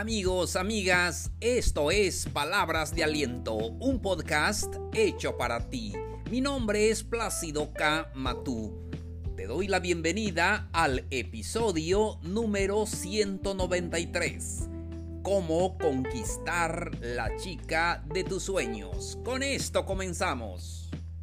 Amigos, amigas, esto es Palabras de Aliento, un podcast hecho para ti. Mi nombre es Plácido K. Matú. Te doy la bienvenida al episodio número 193. ¿Cómo conquistar la chica de tus sueños? Con esto comenzamos.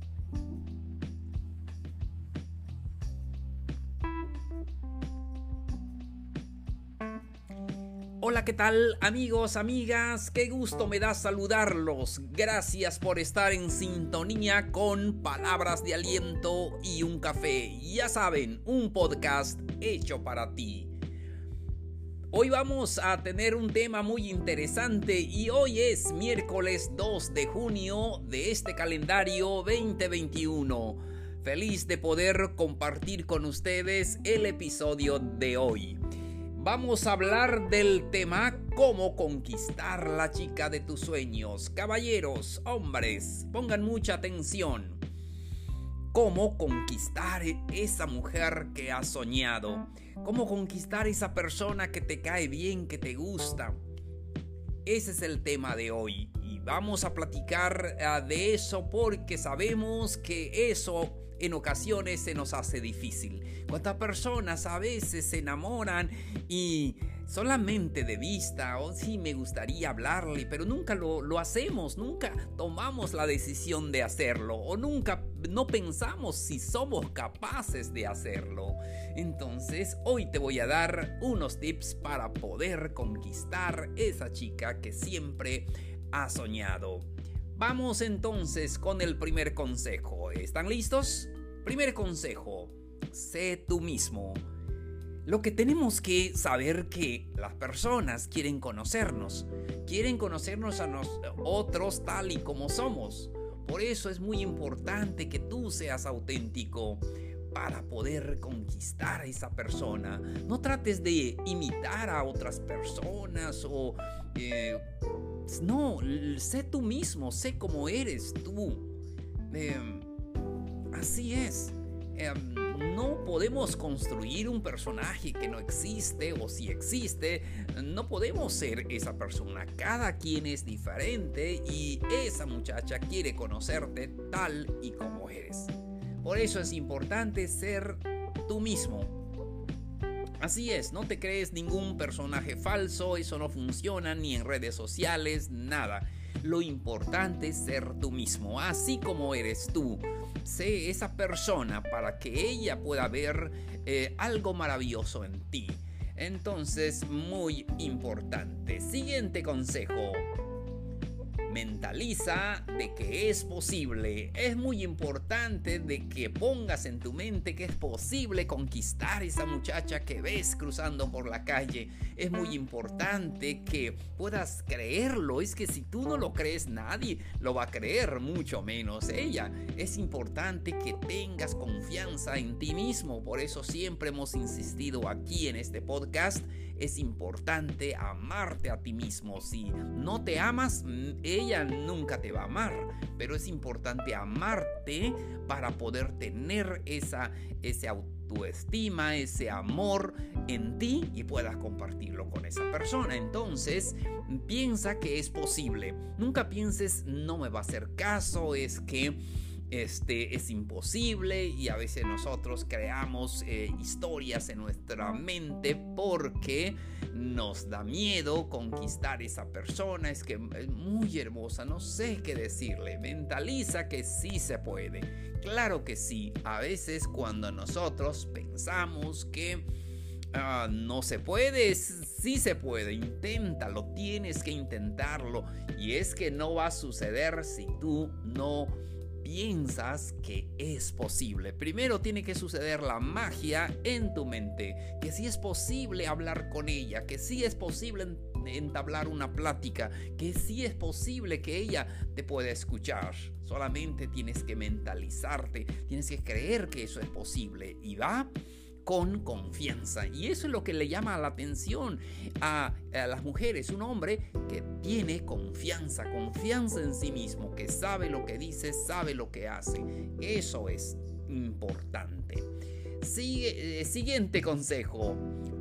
Hola, ¿qué tal, amigos, amigas? Qué gusto me da saludarlos. Gracias por estar en sintonía con Palabras de Aliento y un café. Ya saben, un podcast hecho para ti. Hoy vamos a tener un tema muy interesante y hoy es miércoles 2 de junio de este calendario 2021. Feliz de poder compartir con ustedes el episodio de hoy. Vamos a hablar del tema cómo conquistar la chica de tus sueños. Caballeros, hombres, pongan mucha atención. Cómo conquistar esa mujer que has soñado. Cómo conquistar esa persona que te cae bien, que te gusta. Ese es el tema de hoy. Y vamos a platicar de eso porque sabemos que eso en ocasiones se nos hace difícil. ¿Cuántas personas a veces se enamoran y solamente de vista? Sí, me gustaría hablarle, pero nunca lo hacemos, nunca tomamos la decisión de hacerlo o nunca no pensamos si somos capaces de hacerlo. Entonces, hoy te voy a dar unos tips para poder conquistar esa chica que siempre has soñado. Vamos entonces con el primer consejo. ¿Están listos? Primer consejo, sé tú mismo. Lo que tenemos que saber que las personas quieren conocernos a nosotros tal y como somos. Por eso es muy importante que tú seas auténtico para poder conquistar a esa persona. No trates de imitar a otras personas no, sé tú mismo, sé cómo eres tú. Así es. No podemos construir un personaje que no existe, o si existe, no podemos ser esa persona. Cada quien es diferente y esa muchacha quiere conocerte tal y como eres. Por eso es importante ser tú mismo. Así es, no te crees ningún personaje falso, eso no funciona ni en redes sociales, nada. Lo importante es ser tú mismo, así como eres tú. Sé esa persona para que ella pueda ver algo maravilloso en ti. Entonces, muy importante. Siguiente consejo. Mentaliza de que es posible. Es muy importante de que pongas en tu mente que es posible conquistar esa muchacha que ves cruzando por la calle. Es muy importante que puedas creerlo. Es que si tú no lo crees, nadie lo va a creer, mucho menos ella. Es importante que tengas confianza en ti mismo. Por eso siempre hemos insistido aquí en este podcast. Es importante amarte a ti mismo. Si no te amas, ella nunca te va a amar, pero es importante amarte para poder tener ese autoestima, ese amor en ti y puedas compartirlo con esa persona. Entonces, piensa que es posible. Nunca pienses, no me va a hacer caso, es que es imposible, y a veces nosotros creamos historias en nuestra mente porque nos da miedo conquistar esa persona. Es que es muy hermosa, no sé qué decirle. Mentaliza que sí se puede. Claro que sí. A veces cuando nosotros pensamos que no se puede, sí se puede. Inténtalo, tienes que intentarlo, y es que no va a suceder si tú no piensas que es posible. Primero tiene que suceder la magia en tu mente, que sí es posible hablar con ella, que sí es posible entablar una plática, que sí es posible que ella te pueda escuchar. Solamente tienes que mentalizarte, tienes que creer que eso es posible, y va con confianza. Y eso es lo que le llama la atención a las mujeres. Un hombre que tiene confianza en sí mismo, que sabe lo que dice, sabe lo que hace. Eso es importante. Siguiente consejo.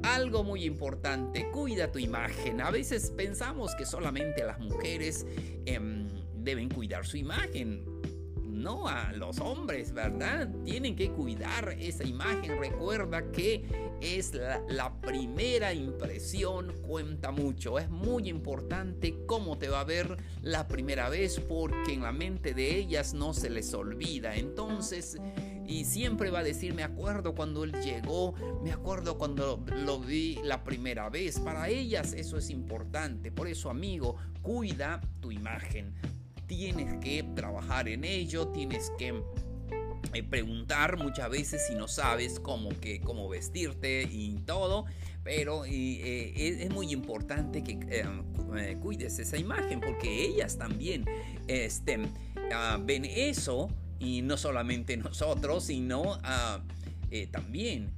Algo muy importante, cuida tu imagen. A veces pensamos que solamente las mujeres deben cuidar su imagen. No, a los hombres, ¿verdad? Tienen que cuidar esa imagen. Recuerda que es la primera impresión, cuenta mucho. Es muy importante cómo te va a ver la primera vez, porque en la mente de ellas no se les olvida. Entonces, y siempre va a decir, me acuerdo cuando él llegó, me acuerdo cuando lo vi la primera vez. Para ellas eso es importante. Por eso, amigo, cuida tu imagen. Tienes que trabajar en ello, tienes que preguntar muchas veces si no sabes cómo vestirte y todo, pero es muy importante que cuides esa imagen, porque ellas también ven eso, y no solamente nosotros, sino también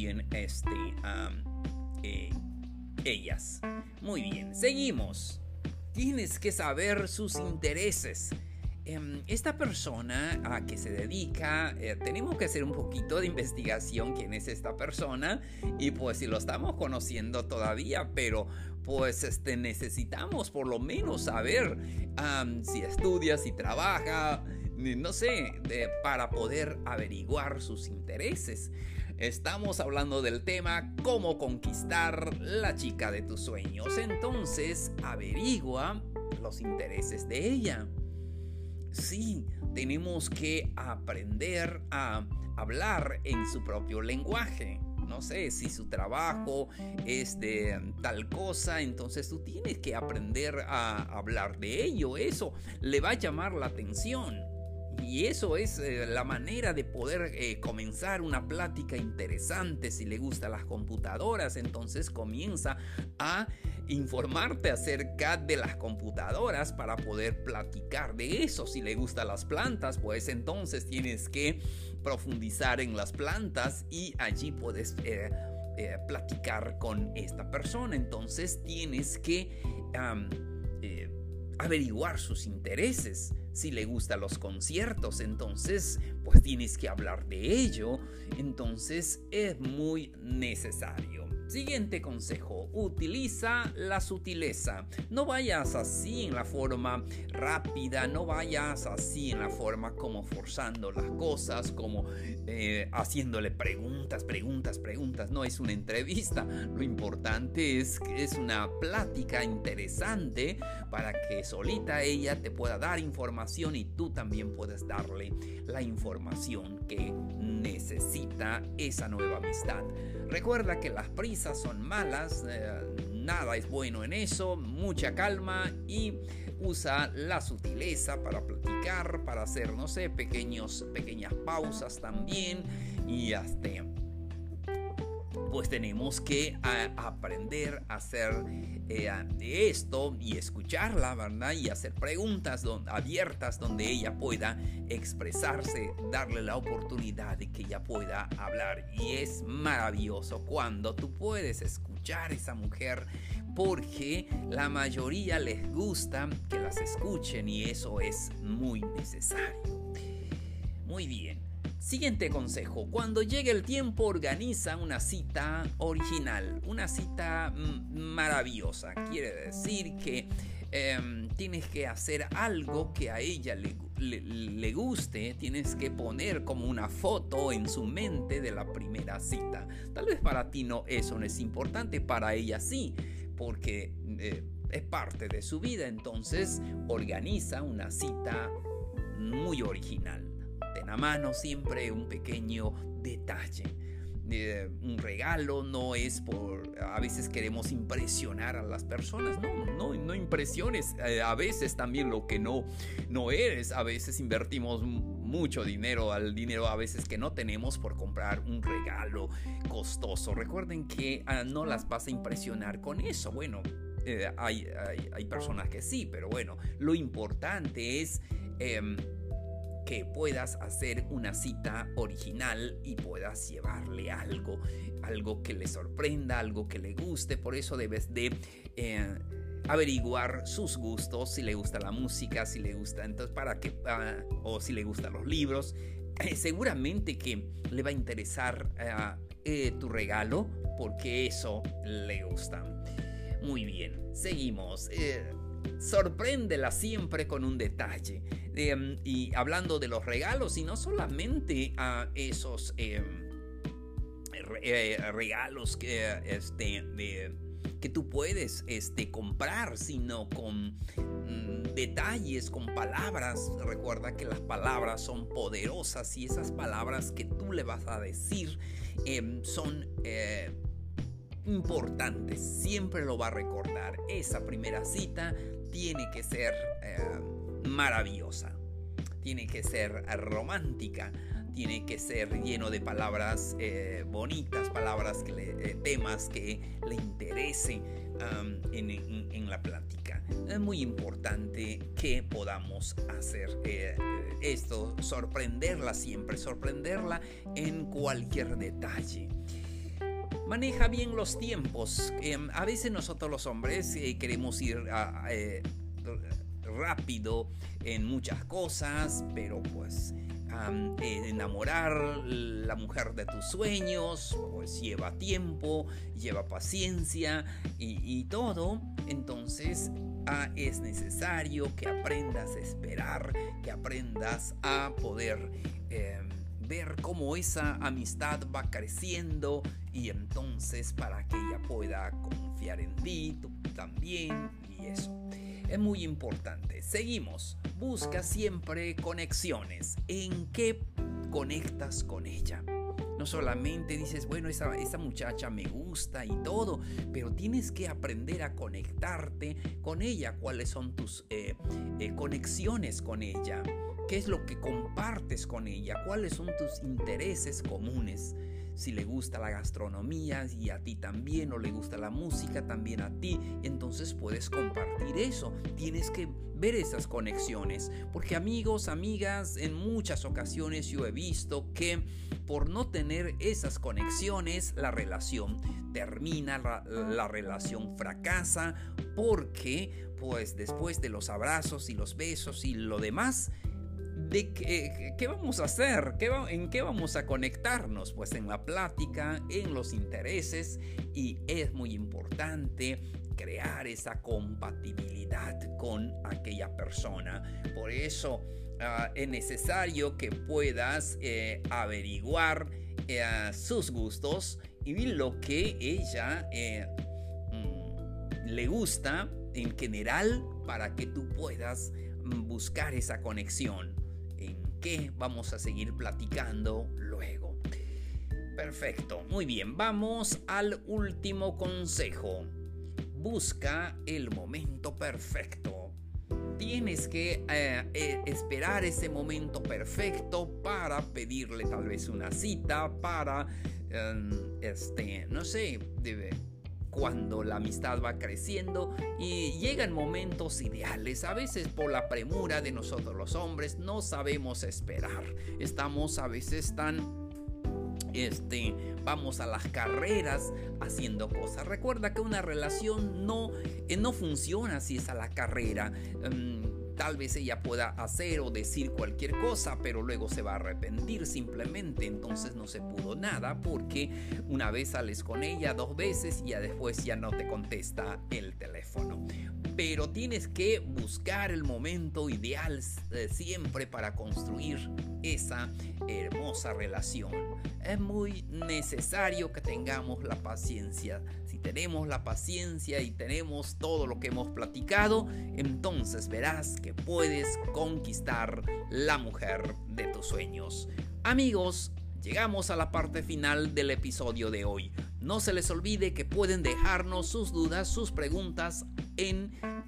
ellas. Muy bien, seguimos. Tienes que saber sus intereses. Esta persona a que se dedica, tenemos que hacer un poquito de investigación quién es esta persona, y pues si lo estamos conociendo todavía, pero pues necesitamos por lo menos saber si estudia, si trabaja, no sé, para poder averiguar sus intereses. Estamos hablando del tema cómo conquistar la chica de tus sueños. Entonces, averigua los intereses de ella. Sí, tenemos que aprender a hablar en su propio lenguaje. No sé, si su trabajo es de tal cosa, entonces tú tienes que aprender a hablar de ello. Eso le va a llamar la atención. Y eso es la manera de poder comenzar una plática interesante. Si le gustan las computadoras, entonces comienza a informarte acerca de las computadoras para poder platicar de eso. Si le gustan las plantas, pues entonces tienes que profundizar en las plantas, y allí puedes platicar con esta persona. Entonces tienes que averiguar sus intereses. Si le gustan los conciertos, entonces pues tienes que hablar de ello. Entonces es muy necesario. Siguiente consejo: utiliza la sutileza. No vayas así en la forma rápida, no vayas así en la forma como forzando las cosas, como haciéndole preguntas. No es una entrevista. Lo importante es que es una plática interesante para que solita ella te pueda dar información, y tú también puedes darle la información que necesita esa nueva amistad. Recuerda que las prisas son malas, nada es bueno en eso. Mucha calma, y usa la sutileza para platicar, para hacer, no sé, pequeñas pausas también. Y pues tenemos que aprender a hacer de esto y escucharla, ¿verdad? Y hacer preguntas abiertas donde ella pueda expresarse, darle la oportunidad de que ella pueda hablar. Y es maravilloso cuando tú puedes escuchar a esa mujer, porque la mayoría les gusta que las escuchen, y eso es muy necesario. Muy bien. Siguiente consejo: cuando llegue el tiempo, organiza una cita original, una cita maravillosa. Quiere decir que tienes que hacer algo que a ella le guste. Tienes que poner como una foto en su mente de la primera cita. Tal vez para ti eso no es importante, para ella sí, porque es parte de su vida. Entonces organiza una cita muy original. Ten a mano siempre un pequeño detalle. Un regalo no es a veces queremos impresionar a las personas. No impresiones a veces también lo que no eres. A veces invertimos mucho dinero a veces que no tenemos por comprar un regalo costoso. Recuerden que no las vas a impresionar con eso. Bueno, hay personas que sí, pero bueno, lo importante es que puedas hacer una cita original y puedas llevarle algo que le sorprenda, algo que le guste. Por eso debes de averiguar sus gustos, si le gusta la música, si le gusta, entonces o si le gustan los libros. Seguramente que le va a interesar tu regalo, porque eso le gusta. Muy bien, seguimos. Sorpréndela siempre con un detalle. Y hablando de los regalos, y no solamente a esos regalos que tú puedes comprar, sino con detalles, con palabras. Recuerda que las palabras son poderosas y esas palabras que tú le vas a decir son importantes. Siempre lo va a recordar. Esa primera cita tiene que ser maravillosa, tiene que ser romántica, tiene que ser lleno de palabras bonitas, palabras temas que le interesen en la plática. Es muy importante que podamos hacer esto, sorprenderla siempre, sorprenderla en cualquier detalle. Maneja bien los tiempos. A veces nosotros los hombres queremos ir rápido en muchas cosas, pero pues enamorar la mujer de tus sueños pues lleva tiempo, lleva paciencia y todo. Entonces es necesario que aprendas a esperar, que aprendas a poder ver cómo esa amistad va creciendo, y entonces para que ella pueda confiar en ti, tú también, y eso es muy importante. Seguimos. Busca siempre conexiones. ¿En qué conectas con ella? No solamente dices, bueno, esa muchacha me gusta y todo, pero tienes que aprender a conectarte con ella. ¿Cuáles son tus conexiones con ella? ¿Qué es lo que compartes con ella? ¿Cuáles son tus intereses comunes? Si le gusta la gastronomía y a ti también, o le gusta la música también a ti, entonces puedes compartir eso. Tienes que ver esas conexiones, porque amigos, amigas, en muchas ocasiones yo he visto que por no tener esas conexiones la relación termina, la relación fracasa, porque pues después de los abrazos y los besos y lo demás, ¿qué vamos a hacer? ¿En qué vamos a conectarnos? Pues en la plática, en los intereses, y es muy importante crear esa compatibilidad con aquella persona. Por eso es necesario que puedas averiguar sus gustos y lo que ella le gusta en general, para que tú puedas buscar esa conexión. ¿En qué vamos a seguir platicando luego? Perfecto, muy bien, vamos al último consejo. Busca el momento perfecto. Tienes que esperar ese momento perfecto para pedirle tal vez una cita, para, no sé, cuando la amistad va creciendo y llegan momentos ideales. A veces por la premura de nosotros los hombres no sabemos esperar. Estamos a veces tan vamos a las carreras haciendo cosas. Recuerda que una relación no funciona si es a la carrera. Tal vez ella pueda hacer o decir cualquier cosa, pero luego se va a arrepentir simplemente. Entonces no se pudo nada, porque una vez sales con ella, 2 veces, y ya después ya no te contesta el teléfono. Pero tienes que buscar el momento ideal siempre para construir esa hermosa relación. Es muy necesario que tengamos la paciencia. Si tenemos la paciencia y tenemos todo lo que hemos platicado, entonces verás que puedes conquistar la mujer de tus sueños. Amigos, llegamos a la parte final del episodio de hoy. No se les olvide que pueden dejarnos sus dudas, sus preguntas en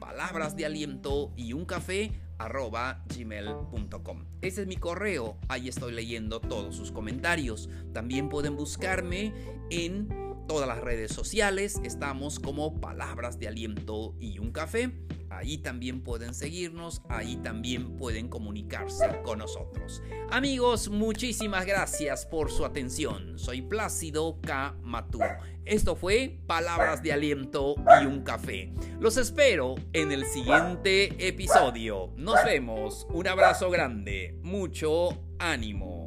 palabrasdealiento.gmail.com. Ese es mi correo, ahí estoy leyendo todos sus comentarios. También pueden buscarme en todas las redes sociales, estamos como Palabras de Aliento y un Café. Ahí también pueden seguirnos, ahí también pueden comunicarse con nosotros. Amigos, muchísimas gracias por su atención. Soy Plácido K. Matú. Esto fue Palabras de Aliento y un Café. Los espero en el siguiente episodio. Nos vemos. Un abrazo grande. Mucho ánimo.